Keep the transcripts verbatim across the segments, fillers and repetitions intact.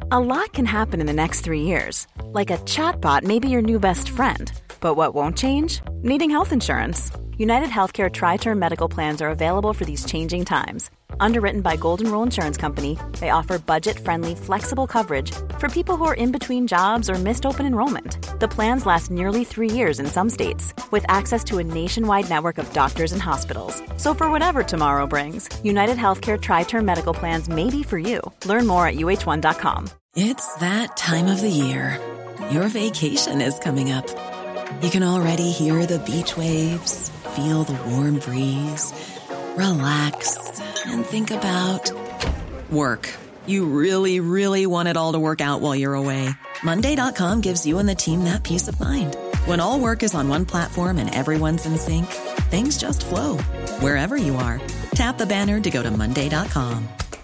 A lot can happen in the next three years. Like a chatbot may be your new best friend. But what won't change? Needing health insurance. United Healthcare Tri-Term Medical Plans are available for these changing times. Underwritten by Golden Rule Insurance Company, they offer budget-friendly, flexible coverage for people who are in between jobs or missed open enrollment. The plans last nearly three years in some states, with access to a nationwide network of doctors and hospitals. So for whatever tomorrow brings, United Healthcare Tri-Term Medical Plans may be for you. Learn more at U H one dot com. It's that time of the year. Your vacation is coming up. You can already hear the beach waves, feel the warm breeze, relax, and think about work. You really, really want it all to work out while you're away. Monday dot com gives you and the team that peace of mind. When all work is on one platform and everyone's in sync, things just flow. Wherever you are, tap the banner to go to Monday dot com.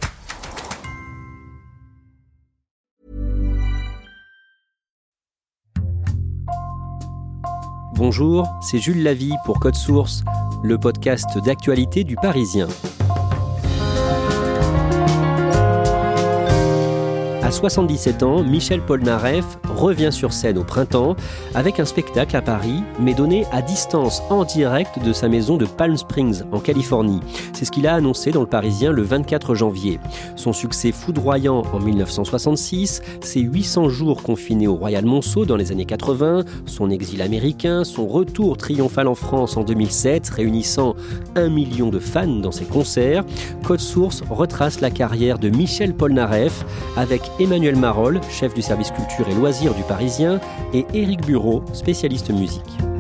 Bonjour, c'est Jules Lavie pour Code Source, le podcast d'actualité du Parisien. À soixante-dix-sept ans, Michel Polnareff revient sur scène au printemps avec un spectacle à Paris, mais donné à distance en direct de sa maison de Palm Springs, en Californie. C'est ce qu'il a annoncé dans le Parisien le vingt-quatre janvier. Son succès foudroyant en dix-neuf cent soixante-six, ses huit cents jours confinés au Royal Monceau dans les années quatre-vingts, son exil américain, son retour triomphal en France en deux mille sept, réunissant un million de fans dans ses concerts. Code Source retrace la carrière de Michel Polnareff avec Emmanuel Marolles, chef du service culture et loisirs du Parisien, et Éric Bureau, spécialiste musique.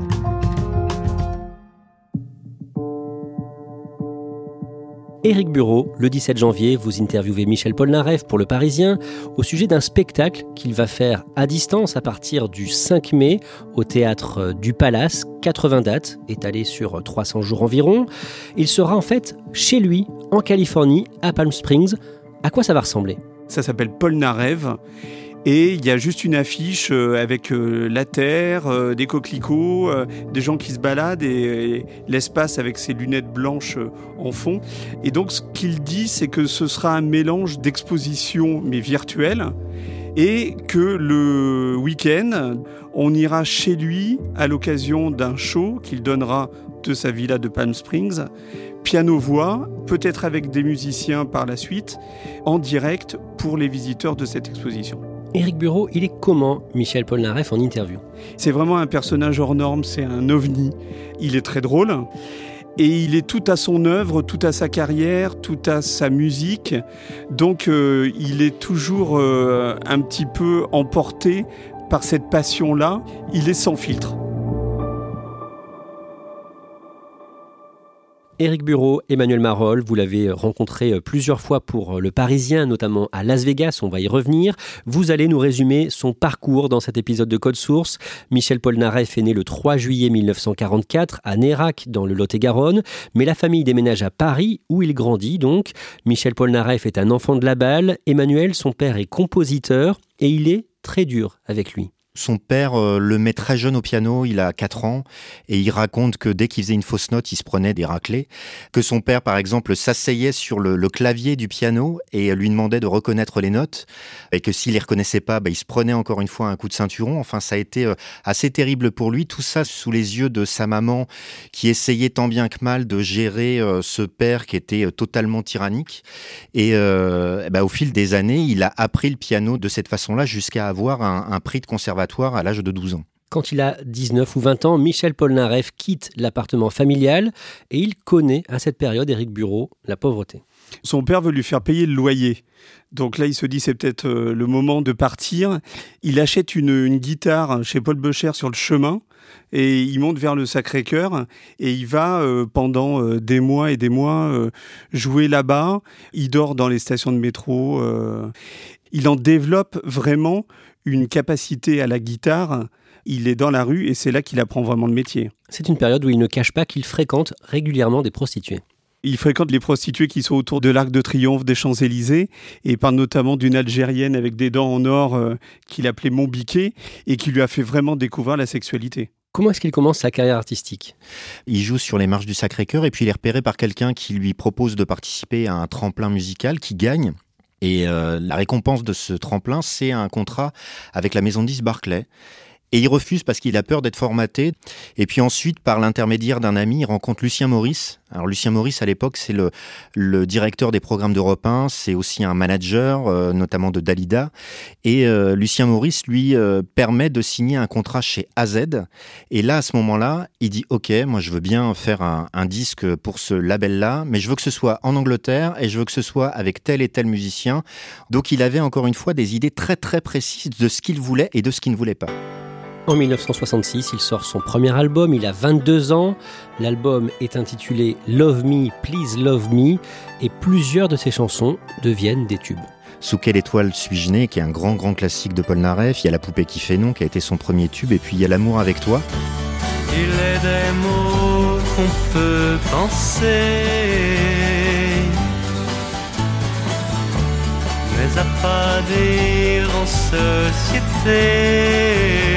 Éric Bureau, le dix-sept janvier, vous interviewez Michel Polnareff pour Le Parisien au sujet d'un spectacle qu'il va faire à distance à partir du cinq mai au Théâtre du Palace, quatre-vingts dates, étalées sur trois cents jours environ. Il sera en fait chez lui, en Californie, à Palm Springs. À quoi ça va ressembler ? Ça s'appelle Polnareff et il y a juste une affiche avec la terre, des coquelicots, des gens qui se baladent et l'espace avec ses lunettes blanches en fond. Et donc ce qu'il dit, c'est que ce sera un mélange d'expositions mais virtuelles et que le week-end, on ira chez lui à l'occasion d'un show qu'il donnera de sa villa de Palm Springs, piano-voix, peut-être avec des musiciens par la suite, en direct pour les visiteurs de cette exposition. Éric Bureau, il est comment Michel Polnareff en interview ? C'est vraiment un personnage hors norme, c'est un ovni. Il est très drôle et il est tout à son œuvre, tout à sa carrière, tout à sa musique. Donc euh, il est toujours euh, un petit peu emporté par cette passion-là. Il est sans filtre. Éric Bureau, Emmanuel Marolles, vous l'avez rencontré plusieurs fois pour Le Parisien, notamment à Las Vegas, on va y revenir. Vous allez nous résumer son parcours dans cet épisode de Code Source. Michel Polnareff est né le trois juillet dix-neuf cent quarante-quatre à Nérac, dans le Lot-et-Garonne, mais la famille déménage à Paris, où il grandit donc. Michel Polnareff est un enfant de la balle. Emmanuel, son père, est compositeur et il est très dur avec lui. Son père euh, le met très jeune au piano, il a quatre ans, et il raconte que dès qu'il faisait une fausse note, il se prenait des raclées. Que son père, par exemple, s'asseyait sur le, le clavier du piano et lui demandait de reconnaître les notes, et que s'il les reconnaissait pas, bah, il se prenait encore une fois un coup de ceinturon. Enfin, ça a été euh, assez terrible pour lui. Tout ça sous les yeux de sa maman, qui essayait tant bien que mal de gérer euh, ce père qui était euh, totalement tyrannique. Et euh, bah, au fil des années, il a appris le piano de cette façon-là jusqu'à avoir un, un prix de conservatoire à l'âge de douze ans. Quand il a dix-neuf ou vingt ans, Michel Polnareff quitte l'appartement familial et il connaît à cette période, Éric Bureau, la pauvreté. Son père veut lui faire payer le loyer. Donc là, il se dit c'est peut-être euh, le moment de partir. Il achète une, une guitare chez Paul Beucher sur le chemin et il monte vers le Sacré-Cœur et il va euh, pendant euh, des mois et des mois euh, jouer là-bas. Il dort dans les stations de métro. Euh, il en développe vraiment une capacité à la guitare. Il est dans la rue et c'est là qu'il apprend vraiment le métier. C'est une période où il ne cache pas qu'il fréquente régulièrement des prostituées. Il fréquente les prostituées qui sont autour de l'Arc de Triomphe, des Champs-Élysées, et parle notamment d'une Algérienne avec des dents en or euh, qu'il appelait Monbiquet et qui lui a fait vraiment découvrir la sexualité. Comment est-ce qu'il commence sa carrière artistique ? Il joue sur les marches du Sacré-Cœur et puis il est repéré par quelqu'un qui lui propose de participer à un tremplin musical qui gagne. Et euh, la récompense de ce tremplin, c'est un contrat avec la maison de disques Barclay. Et il refuse parce qu'il a peur d'être formaté. Et puis ensuite, par l'intermédiaire d'un ami, il rencontre Lucien Maurice. Alors Lucien Maurice, à l'époque, c'est le, le directeur des programmes d'Europe un. C'est aussi un manager, euh, notamment de Dalida. Et euh, Lucien Maurice, lui, euh, permet de signer un contrat chez A Z. Et là, à ce moment-là, il dit « Ok, moi, je veux bien faire un, un disque pour ce label-là, mais je veux que ce soit en Angleterre et je veux que ce soit avec tel et tel musicien. » Donc, il avait encore une fois des idées très, très précises de ce qu'il voulait et de ce qu'il ne voulait pas. En dix-neuf cent soixante-six, il sort son premier album, il a vingt-deux ans. L'album est intitulé « Love Me, Please Love Me » et plusieurs de ses chansons deviennent des tubes. Sous quelle étoile suis-je né, qui est un grand, grand classique de Polnareff. Il y a La poupée qui fait non, qui a été son premier tube, et puis il y a L'amour avec toi. Il est des mots qu'on peut penser, mais à pas dire en société.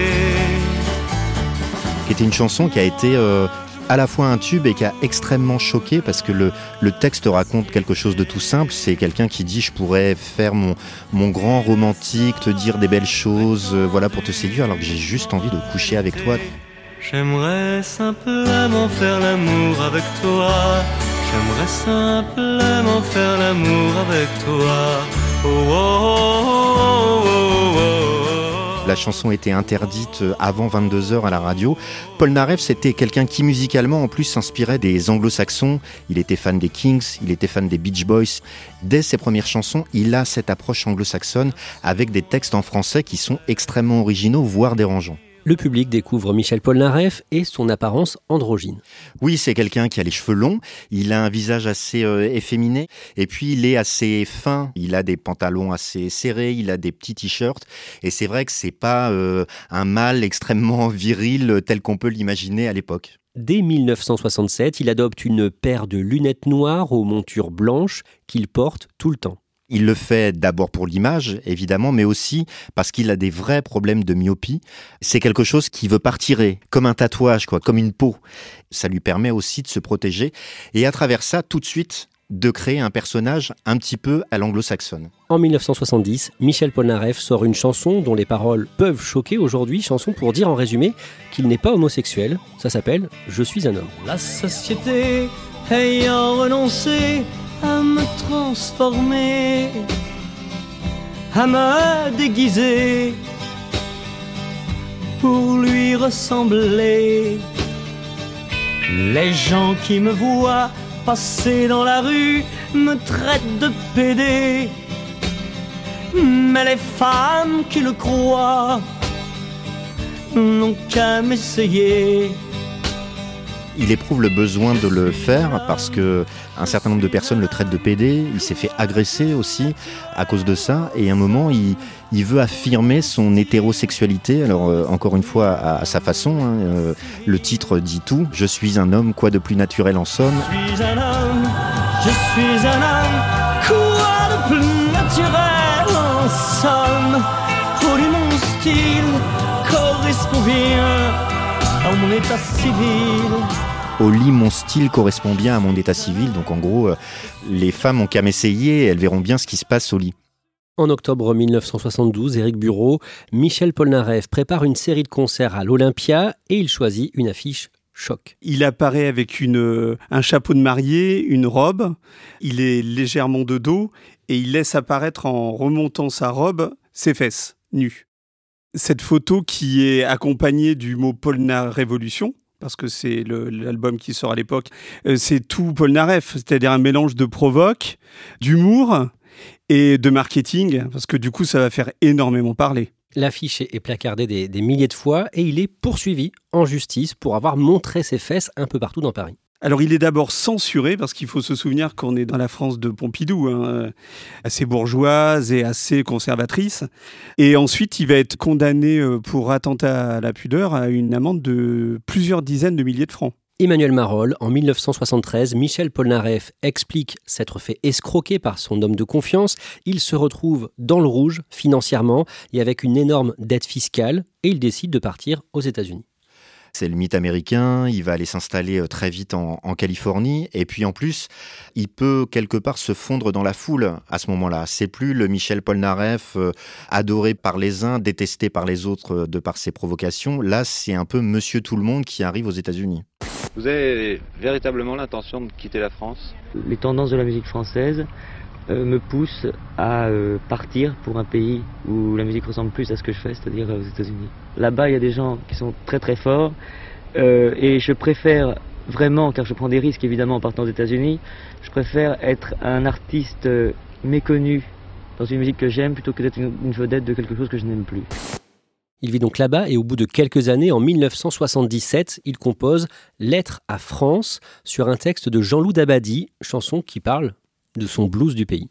Qui était une chanson qui a été euh, à la fois un tube et qui a extrêmement choqué parce que le, le texte raconte quelque chose de tout simple. C'est quelqu'un qui dit « je pourrais faire mon, mon grand romantique, te dire des belles choses, euh, voilà pour te séduire alors que j'ai juste envie de coucher avec toi. » J'aimerais simplement faire l'amour avec toi. J'aimerais simplement faire l'amour avec toi. Oh, oh, oh, oh, oh, oh. La chanson était interdite avant vingt-deux heures à la radio. Polnareff, c'était quelqu'un qui musicalement en plus s'inspirait des anglo-saxons. Il était fan des Kings, il était fan des Beach Boys. Dès ses premières chansons, il a cette approche anglo-saxonne avec des textes en français qui sont extrêmement originaux, voire dérangeants. Le public découvre Michel Polnareff et son apparence androgyne. Oui, c'est quelqu'un qui a les cheveux longs, il a un visage assez euh, efféminé, et puis il est assez fin, il a des pantalons assez serrés, il a des petits t-shirts, et c'est vrai que c'est pas euh, un mâle extrêmement viril tel qu'on peut l'imaginer à l'époque. Dès dix-neuf cent soixante-sept, il adopte une paire de lunettes noires aux montures blanches qu'il porte tout le temps. Il le fait d'abord pour l'image, évidemment, mais aussi parce qu'il a des vrais problèmes de myopie. C'est quelque chose qu'il veut pas retirer, comme un tatouage, quoi, comme une peau. Ça lui permet aussi de se protéger. Et à travers ça, tout de suite, de créer un personnage un petit peu à l'anglo-saxonne. En dix-neuf cent soixante-dix, Michel Polnareff sort une chanson dont les paroles peuvent choquer aujourd'hui, chanson pour dire en résumé qu'il n'est pas homosexuel. Ça s'appelle « Je suis un homme ». La société ayant renoncé à me transformer, à me déguiser pour lui ressembler. Les gens qui me voient passer dans la rue me traitent de pédé, mais les femmes qui le croient n'ont qu'à m'essayer. Il éprouve le besoin de le faire parce que un certain nombre de personnes le traitent de pédé. Il s'est fait agresser aussi à cause de ça. Et à un moment, il, il veut affirmer son hétérosexualité. Alors, euh, encore une fois, à, à sa façon. Hein, euh, le titre dit tout. Je suis un homme, quoi de plus naturel en somme. Je suis un homme, je suis un homme, quoi de plus naturel en somme. Pour lui, mon style correspond bien à mon état civil. Au lit, mon style correspond bien à mon état civil. Donc en gros, euh, les femmes ont qu'à m'essayer et elles verront bien ce qui se passe au lit. En octobre dix-neuf cent soixante-douze, Éric Bureau, Michel Polnareff prépare une série de concerts à l'Olympia et il choisit une affiche choc. Il apparaît avec une, un chapeau de mariée, une robe. Il est légèrement de dos et il laisse apparaître en remontant sa robe ses fesses nues. Cette photo qui est accompagnée du mot Polnarévolution, parce que c'est le, l'album qui sort à l'époque, euh, c'est tout Polnareff, c'est-à-dire un mélange de provoque, d'humour et de marketing, parce que du coup, ça va faire énormément parler. L'affiche est placardée des, des milliers de fois et il est poursuivi en justice pour avoir montré ses fesses un peu partout dans Paris. Alors, il est d'abord censuré, parce qu'il faut se souvenir qu'on est dans la France de Pompidou, hein, assez bourgeoise et assez conservatrice. Et ensuite, il va être condamné pour attentat à la pudeur à une amende de plusieurs dizaines de milliers de francs. Emmanuel Marolle, en dix-neuf cent soixante-treize, Michel Polnareff explique s'être fait escroquer par son homme de confiance. Il se retrouve dans le rouge financièrement et avec une énorme dette fiscale et il décide de partir aux États-Unis. C'est le mythe américain, il va aller s'installer très vite en, en Californie. Et puis en plus, il peut quelque part se fondre dans la foule à ce moment-là. C'est plus le Michel Polnareff euh, adoré par les uns, détesté par les autres euh, de par ses provocations. Là, c'est un peu Monsieur Tout-le-Monde qui arrive aux États-Unis. Vous avez véritablement l'intention de quitter la France ? Les tendances de la musique française euh, me poussent à euh, partir pour un pays où la musique ressemble plus à ce que je fais, c'est-à-dire aux États-Unis. Là-bas, il y a des gens qui sont très très forts euh, et je préfère vraiment, car je prends des risques évidemment en partant aux États-Unis, je préfère être un artiste euh, méconnu dans une musique que j'aime plutôt que d'être une, une vedette de quelque chose que je n'aime plus. Il vit donc là-bas et au bout de quelques années, en mille neuf cent soixante-dix-sept, il compose « Lettre à France » sur un texte de Jean-Loup Dabadi, chanson qui parle de son blues du pays.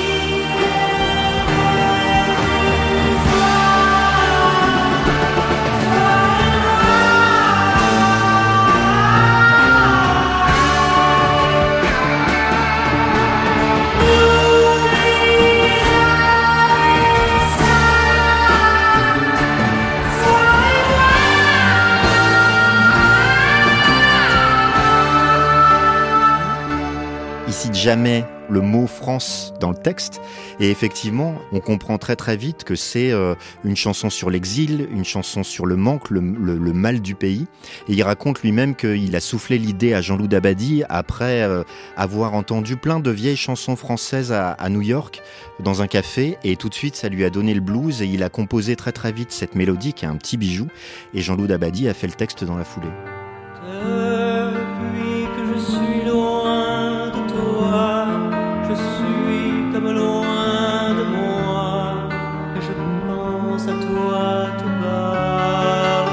Il cite jamais le mot France dans le texte et effectivement on comprend très très vite que c'est euh, une chanson sur l'exil, une chanson sur le manque, le, le, le mal du pays, et il raconte lui-même qu'il a soufflé l'idée à Jean-Loup Dabadi après euh, avoir entendu plein de vieilles chansons françaises à, à New York dans un café, et tout de suite ça lui a donné le blues et il a composé très très vite cette mélodie qui est un petit bijou, et Jean-Loup Dabadi a fait le texte dans la foulée. Depuis que je suis loin de toi, je suis comme loin de moi, et je pense à toi tout bas.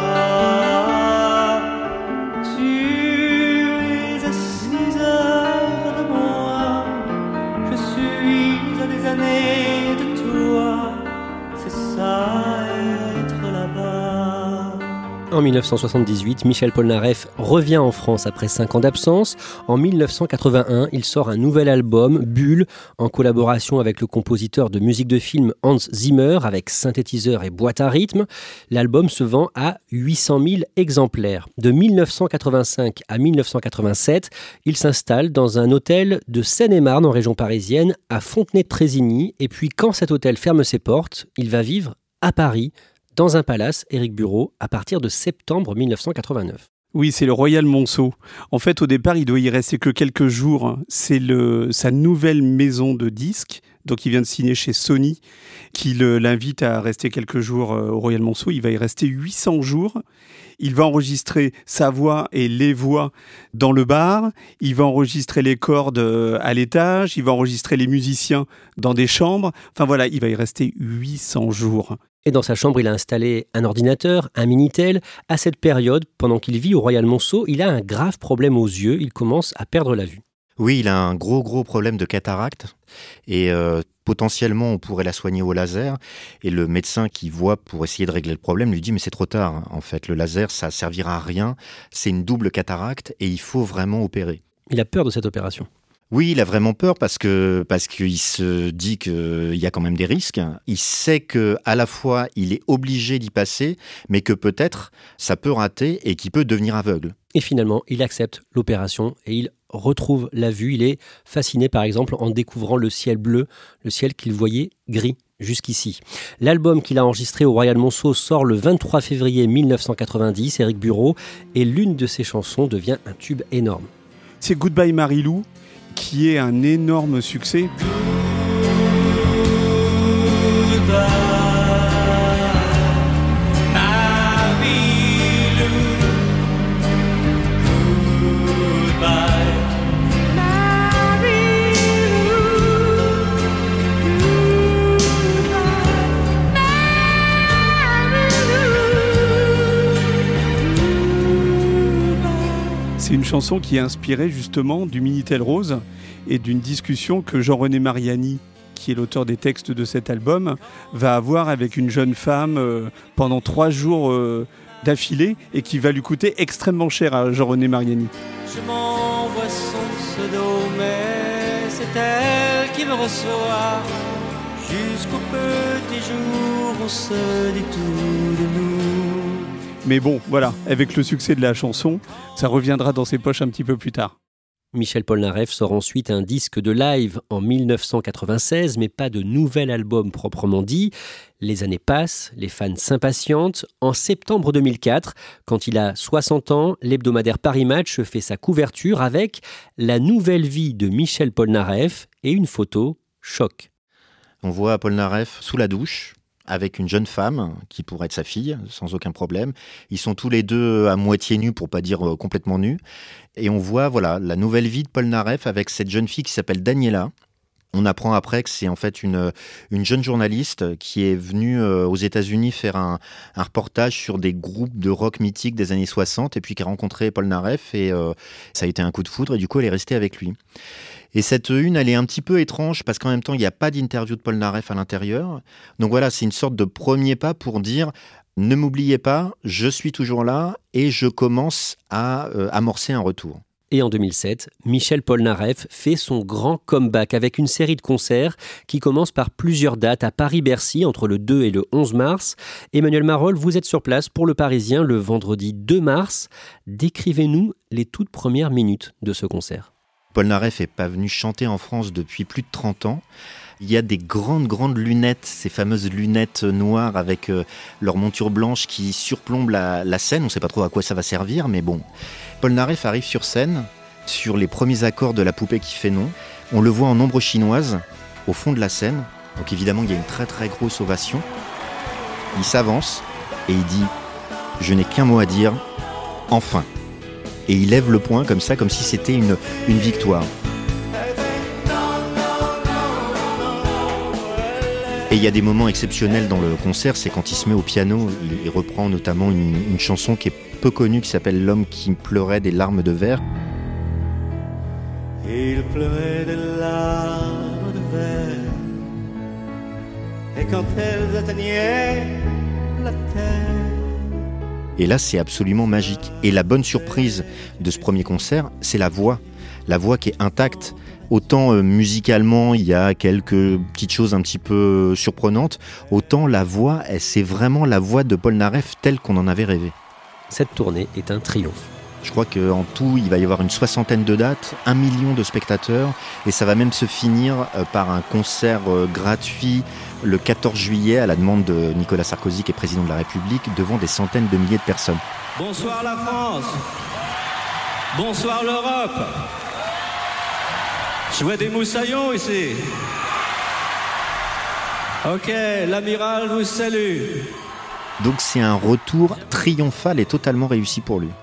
Tu es à six heures de moi, je suis à des années de toi, c'est ça être là-bas. En mille neuf cent soixante-dix-huit, Michel Polnareff revient en France après cinq ans d'absence. En mille neuf cent quatre-vingt-un, il sort un nouvel album, Bulle, en collaboration avec le compositeur de musique de film Hans Zimmer, avec synthétiseur et boîte à rythme. L'album se vend à huit cent mille exemplaires. De mille neuf cent quatre-vingt-cinq à mille neuf cent quatre-vingt-sept, il s'installe dans un hôtel de Seine-et-Marne, en région parisienne, à Fontenay-de-Trésigny. Et puis, quand cet hôtel ferme ses portes, il va vivre à Paris, dans un palace, Éric Bureau, à partir de septembre mille neuf cent quatre-vingt-neuf. Oui, c'est le Royal Monceau. En fait, au départ, il doit y rester que quelques jours. C'est le, sa nouvelle maison de disques, donc il vient de signer chez Sony, qui le, l'invite à rester quelques jours au Royal Monceau. Il va y rester huit cents jours. Il va enregistrer sa voix et les voix dans le bar. Il va enregistrer les cordes à l'étage. Il va enregistrer les musiciens dans des chambres. Enfin voilà, il va y rester huit cents jours. Et dans sa chambre, il a installé un ordinateur, un Minitel. À cette période, pendant qu'il vit au Royal Monceau, il a un grave problème aux yeux. Il commence à perdre la vue. Oui, il a un gros gros problème de cataracte et euh, potentiellement on pourrait la soigner au laser, et le médecin qui voit pour essayer de régler le problème lui dit mais c'est trop tard, en fait le laser ça servira à rien, c'est une double cataracte et il faut vraiment opérer. Il a peur de cette opération. Oui, il a vraiment peur parce que parce qu'il se dit qu'il y a quand même des risques. Il sait que à la fois il est obligé d'y passer, mais que peut-être ça peut rater et qu'il peut devenir aveugle. Et finalement, il accepte l'opération et il retrouve la vue. Il est fasciné par exemple en découvrant le ciel bleu, le ciel qu'il voyait gris jusqu'ici. L'album qu'il a enregistré au Royal Monceau sort le vingt-trois février mille neuf cent quatre-vingt-dix, Éric Bureau, et l'une de ses chansons devient un tube énorme. C'est Goodbye Marilou, qui est un énorme succès. C'est une chanson qui est inspirée justement du Minitel Rose et d'une discussion que Jean-René Mariani, qui est l'auteur des textes de cet album, va avoir avec une jeune femme euh, pendant trois jours euh, d'affilée et qui va lui coûter extrêmement cher à Jean-René Mariani. Je m'envoie son pseudo, mais c'est elle qui me reçoit. Jusqu'au petit jour, on se dit tout de nous. Mais bon, voilà, avec le succès de la chanson, ça reviendra dans ses poches un petit peu plus tard. Michel Polnareff sort ensuite un disque de live en dix-neuf cent quatre-vingt-seize, mais pas de nouvel album proprement dit. Les années passent, les fans s'impatientent. En septembre deux mille quatre, quand il a soixante ans, l'hebdomadaire Paris Match fait sa couverture avec la nouvelle vie de Michel Polnareff et une photo choc. On voit Polnareff sous la douche, avec une jeune femme qui pourrait être sa fille, sans aucun problème. Ils sont tous les deux à moitié nus, pour pas dire complètement nus. Et on voit voilà, la nouvelle vie de Polnareff avec cette jeune fille qui s'appelle Daniela. On apprend après que c'est en fait une, une jeune journaliste qui est venue aux États-Unis faire un, un reportage sur des groupes de rock mythiques des années soixante et puis qui a rencontré Polnareff et euh, ça a été un coup de foudre et du coup elle est restée avec lui. Et cette une, elle est un petit peu étrange parce qu'en même temps, il n'y a pas d'interview de Polnareff à l'intérieur. Donc voilà, c'est une sorte de premier pas pour dire « Ne m'oubliez pas, je suis toujours là et je commence à euh, amorcer un retour ». Et en deux mille sept, Michel Polnareff fait son grand comeback avec une série de concerts qui commence par plusieurs dates à Paris-Bercy entre le deux et le onze mars. Emmanuel Marolle, vous êtes sur place pour Le Parisien le vendredi deux mars. Décrivez-nous les toutes premières minutes de ce concert. Polnareff n'est pas venu chanter en France depuis plus de trente ans. Il y a des grandes, grandes lunettes, ces fameuses lunettes noires avec euh, leur monture blanche qui surplombent la, la scène. On ne sait pas trop à quoi ça va servir, mais bon. Polnareff arrive sur scène, sur les premiers accords de La poupée qui fait non. On le voit en ombre chinoise, au fond de la scène. Donc évidemment, il y a une très, très grosse ovation. Il s'avance et il dit « Je n'ai qu'un mot à dire, enfin ». Et il lève le poing comme ça, comme si c'était une, une victoire. Et il y a des moments exceptionnels dans le concert, c'est quand il se met au piano, il, il reprend notamment une, une chanson qui est peu connue, qui s'appelle « L'homme qui pleurait des larmes de verre ». Il pleurait des larmes de verre, et quand elles atteignaient la terre. Et là, c'est absolument magique. Et la bonne surprise de ce premier concert, c'est la voix. La voix qui est intacte. Autant euh, musicalement, il y a quelques petites choses un petit peu surprenantes, autant la voix, elle, c'est vraiment la voix de Polnareff telle qu'on en avait rêvé. Cette tournée est un triomphe. Je crois qu'en tout, il va y avoir une soixantaine de dates, un million de spectateurs, et ça va même se finir euh, par un concert euh, gratuit le quatorze juillet à la demande de Nicolas Sarkozy, qui est président de la République, devant des centaines de milliers de personnes. Bonsoir la France, bonsoir l'Europe. Je vois des moussaillons ici. Ok, l'amiral vous salue. Donc c'est un retour triomphal et totalement réussi pour lui.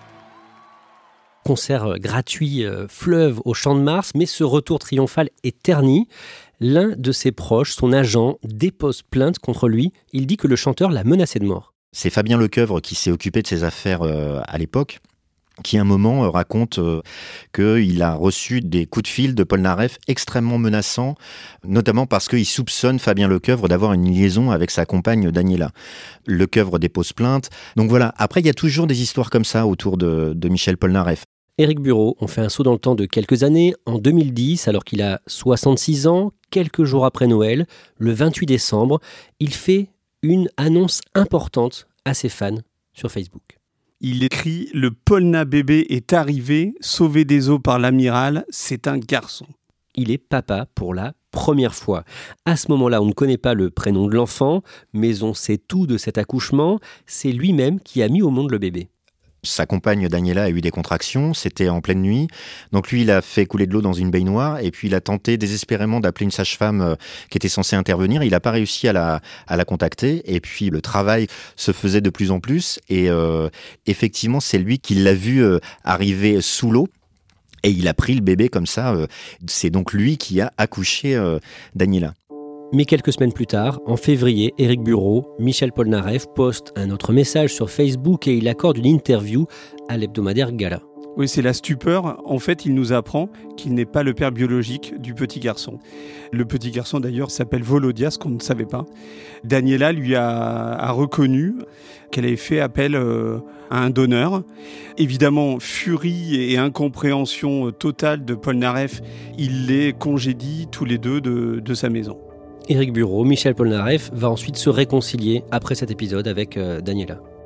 Concert gratuit euh, fleuve au Champ de Mars, mais ce retour triomphal est terni. L'un de ses proches, son agent, dépose plainte contre lui. Il dit que le chanteur l'a menacé de mort. C'est Fabien Lecoeuvre qui s'est occupé de ses affaires euh, à l'époque, qui à un moment euh, raconte euh, qu'il a reçu des coups de fil de Polnareff extrêmement menaçants, notamment parce qu'il soupçonne Fabien Lecoeuvre d'avoir une liaison avec sa compagne Daniela. Lecoeuvre dépose plainte. Donc voilà, après il y a toujours des histoires comme ça autour de, de Michel Polnareff. Éric Bureau, on fait un saut dans le temps de quelques années. En deux mille dix, alors qu'il a soixante-six ans, quelques jours après Noël, le vingt-huit décembre, il fait une annonce importante à ses fans sur Facebook. Il écrit « Le Polna bébé est arrivé, sauvé des eaux par l'amiral, c'est un garçon ». Il est papa pour la première fois. À ce moment-là, on ne connaît pas le prénom de l'enfant, mais on sait tout de cet accouchement. C'est lui-même qui a mis au monde le bébé. Sa compagne Daniela a eu des contractions, c'était en pleine nuit. Donc lui, il a fait couler de l'eau dans une baignoire et puis il a tenté désespérément d'appeler une sage-femme qui était censée intervenir. Il n'a pas réussi à la, à la contacter et puis le travail se faisait de plus en plus. Et euh, effectivement, c'est lui qui l'a vu euh, arriver sous l'eau. Et il a pris le bébé comme ça. Euh, c'est donc lui qui a accouché euh, Daniela. Mais quelques semaines plus tard, en février, Éric Bureau, Michel Polnareff poste un autre message sur Facebook et il accorde une interview à l'hebdomadaire Gala. Oui, c'est la stupeur. En fait, il nous apprend qu'il n'est pas le père biologique du petit garçon. Le petit garçon, d'ailleurs, s'appelle Volodya, ce qu'on ne savait pas. Daniela lui a, a reconnu qu'elle avait fait appel euh, à un donneur. Évidemment, furie et incompréhension totale de Polnareff, il les congédie tous les deux de, de sa maison. Éric Bureau, Michel Polnareff va ensuite se réconcilier après cet épisode avec euh, Daniela.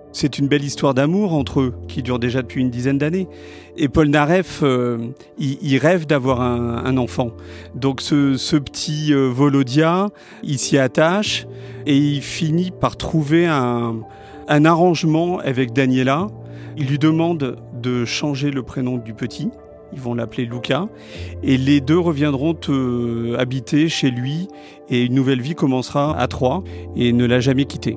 C'est une belle histoire d'amour entre eux, qui dure déjà depuis une dizaine d'années. Et Paul Naref, euh, il, il rêve d'avoir un, un enfant. Donc ce, ce petit euh, Volodia, il s'y attache et il finit par trouver un, un arrangement avec Daniela. Il lui demande de changer le prénom du petit. Ils vont l'appeler Luca. Et les deux reviendront euh, habiter chez lui. Et une nouvelle vie commencera à Troyes et ne l'a jamais quitté.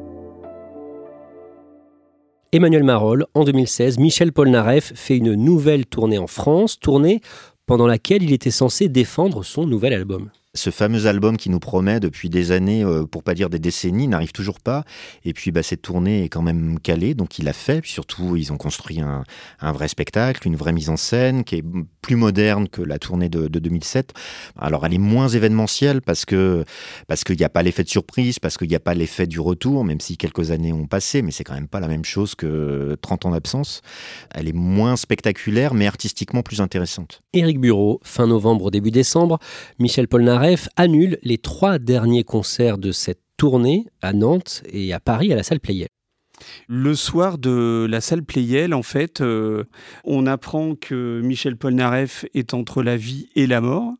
Emmanuel Marolles, en deux mille seize, Michel Polnareff fait une nouvelle tournée en France, tournée pendant laquelle il était censé défendre son nouvel album. Ce fameux album qui nous promet depuis des années, euh, pour pas dire des décennies, n'arrive toujours pas. Et puis bah, cette tournée est quand même calée, donc il l'a fait. Puis surtout, ils ont construit un, un vrai spectacle, une vraie mise en scène qui est plus moderne que la tournée de, de deux mille sept. Alors elle est moins événementielle parce que parce qu'il n'y a pas l'effet de surprise, parce qu'il n'y a pas l'effet du retour, même si quelques années ont passé, mais c'est quand même pas la même chose que trente ans d'absence. Elle est moins spectaculaire, mais artistiquement plus intéressante. Éric Bureau, fin novembre, début décembre, Michel Polnareff annule les trois derniers concerts de cette tournée à Nantes et à Paris à la salle Pleyel. Le soir de la salle Pleyel, en fait, euh, on apprend que Michel Polnareff est entre la vie et la mort.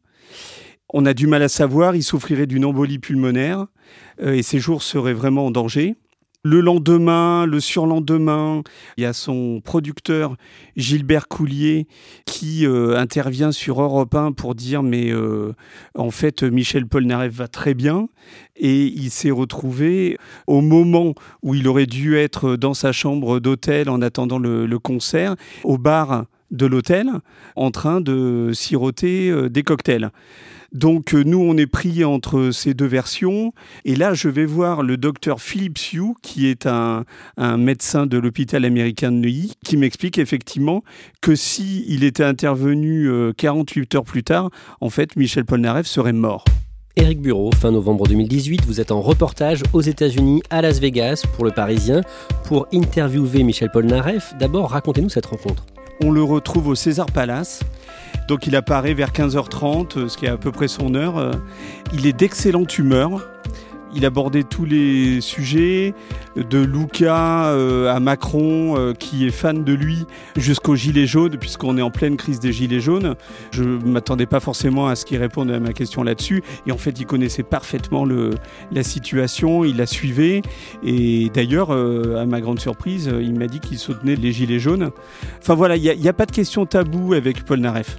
On a du mal à savoir, il souffrirait d'une embolie pulmonaire euh, et ses jours seraient vraiment en danger. Le lendemain, le surlendemain, il y a son producteur Gilbert Coulier qui euh, intervient sur Europe un pour dire mais euh, en fait Michel Polnareff va très bien et il s'est retrouvé au moment où il aurait dû être dans sa chambre d'hôtel en attendant le, le concert au bar de l'hôtel en train de siroter euh, des cocktails. Donc nous, on est pris entre ces deux versions. Et là, je vais voir le docteur Philippe Sioux, qui est un, un médecin de l'hôpital américain de Neuilly, qui m'explique effectivement que s'il était intervenu euh, quarante-huit heures plus tard, en fait, Michel Polnareff serait mort. Éric Bureau, fin novembre deux mille dix-huit, vous êtes en reportage aux États-Unis, à Las Vegas, pour Le Parisien, pour interviewer Michel Polnareff. D'abord, racontez-nous cette rencontre. On le retrouve au César Palace. Donc il apparaît vers quinze heures trente, ce qui est à peu près son heure. Il est d'excellente humeur. Il abordait tous les sujets, de Luca euh, à Macron, euh, qui est fan de lui, jusqu'aux Gilets jaunes, puisqu'on est en pleine crise des Gilets jaunes. Je ne m'attendais pas forcément à ce qu'il réponde à ma question là-dessus. Et en fait, il connaissait parfaitement le, la situation, il la suivait. Et d'ailleurs, euh, à ma grande surprise, il m'a dit qu'il soutenait les Gilets jaunes. Enfin voilà, il n'y a, a pas de question taboue avec Polnareff.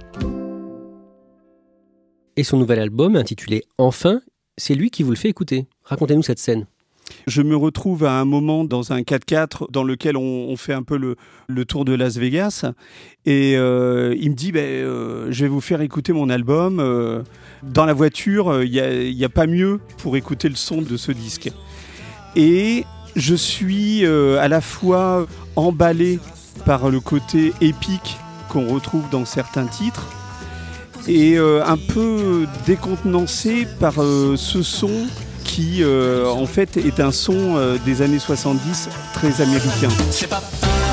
Et son nouvel album, intitulé « Enfin », c'est lui qui vous le fait écouter. Racontez-nous cette scène. Je me retrouve à un moment dans un quatre-quatre dans lequel on, on fait un peu le, le tour de Las Vegas. Et euh, il me dit, bah, euh, je vais vous faire écouter mon album. Euh, dans la voiture, il n'y a, a pas mieux pour écouter le son de ce disque. Et je suis euh, à la fois emballé par le côté épique qu'on retrouve dans certains titres, et euh, un peu décontenancé par euh, ce son qui, euh, en fait, est un son euh, des années soixante-dix très américain. C'est pas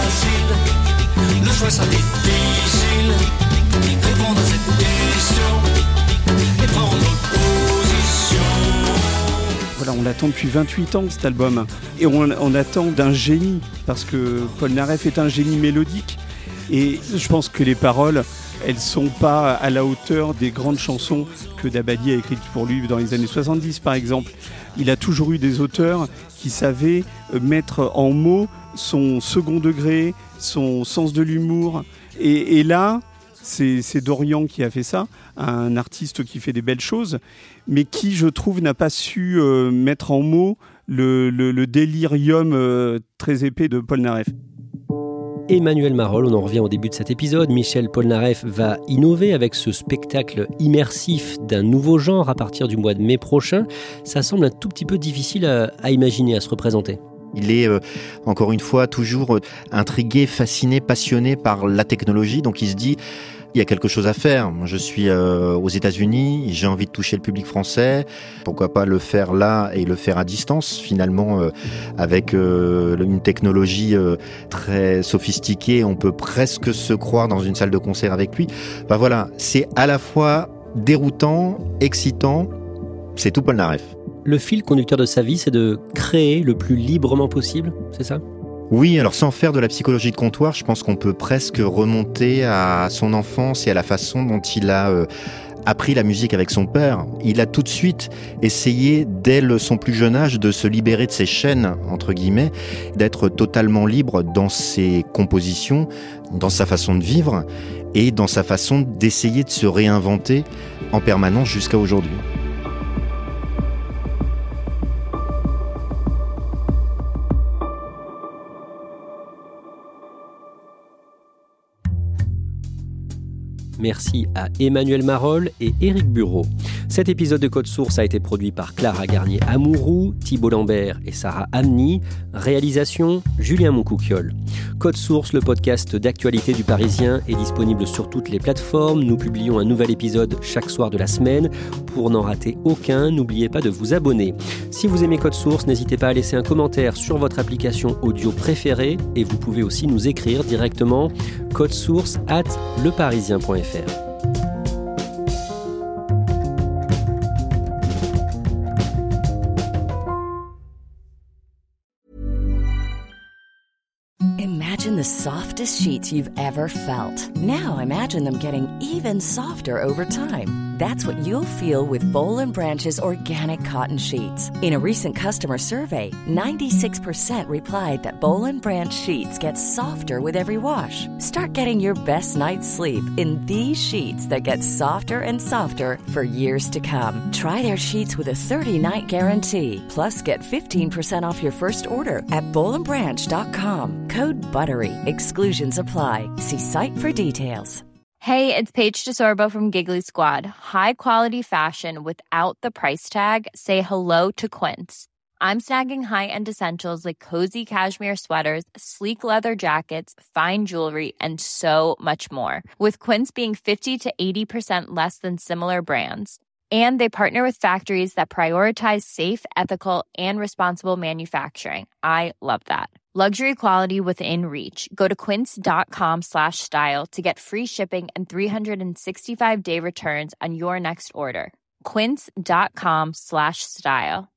facile, le choix sera difficile, répondre à cette question et prendre position. Voilà, on l'attend depuis vingt-huit ans, cet album. Et on, on attend d'un génie, parce que Polnareff est un génie mélodique. Et je pense que les paroles, elles ne sont pas à la hauteur des grandes chansons que Dabadi a écrites pour lui dans les années soixante-dix, par exemple. Il a toujours eu des auteurs qui savaient mettre en mots son second degré, son sens de l'humour. Et, et là, c'est, c'est Dorian qui a fait ça, un artiste qui fait des belles choses, mais qui, je trouve, n'a pas su euh, mettre en mots le, le, le délirium euh, très épais de Polnareff. Emmanuel Marolles, on en revient au début de cet épisode. Michel Polnareff va innover avec ce spectacle immersif d'un nouveau genre à partir du mois de mai prochain. Ça semble un tout petit peu difficile à, à imaginer, à se représenter. Il est, euh, encore une fois, toujours intrigué, fasciné, passionné par la technologie. Donc il se dit, il y a quelque chose à faire. Je suis euh, aux États-Unis, j'ai envie de toucher le public français. Pourquoi pas le faire là et le faire à distance, finalement, euh, avec euh, une technologie euh, très sophistiquée. On peut presque se croire dans une salle de concert avec lui. Ben voilà, c'est à la fois déroutant, excitant. C'est tout Polnareff. Le fil conducteur de sa vie, c'est de créer le plus librement possible, c'est ça ? Oui, alors sans faire de la psychologie de comptoir, je pense qu'on peut presque remonter à son enfance et à la façon dont il a euh, appris la musique avec son père. Il a tout de suite essayé, dès le, son plus jeune âge, de se libérer de ses chaînes, entre guillemets, d'être totalement libre dans ses compositions, dans sa façon de vivre et dans sa façon d'essayer de se réinventer en permanence jusqu'à aujourd'hui. Merci à Emmanuel Marolles et Éric Bureau. Cet épisode de Code Source a été produit par Clara Garnier-Amouroux, Thibault Lambert et Sarah Amni. Réalisation, Julien Moncouquiol. Code Source, le podcast d'actualité du Parisien, est disponible sur toutes les plateformes. Nous publions un nouvel épisode chaque soir de la semaine. Pour n'en rater aucun, n'oubliez pas de vous abonner. Si vous aimez Code Source, n'hésitez pas à laisser un commentaire sur votre application audio préférée et vous pouvez aussi nous écrire directement codesource arobase leparisien point f r. Imagine the softest sheets you've ever felt. Now imagine them getting even softer over time. That's what you'll feel with Boll and Branch's organic cotton sheets. In a recent customer survey, ninety-six percent replied that Boll and Branch sheets get softer with every wash. Start getting your best night's sleep in these sheets that get softer and softer for years to come. Try their sheets with a thirty-night guarantee. Plus, get fifteen percent off your first order at boll and branch dot com. Code BUTTERY. Exclusions apply. See site for details. Hey, it's Paige DeSorbo from Giggly Squad. High quality fashion without the price tag. Say hello to Quince. I'm snagging high-end essentials like cozy cashmere sweaters, sleek leather jackets, fine jewelry, and so much more. With Quince being fifty to eighty percent less than similar brands. And they partner with factories that prioritize safe, ethical, and responsible manufacturing. I love that. Luxury quality within reach. Go to quince.com slash style to get free shipping and three sixty-five day returns on your next order. Quince.com slash style.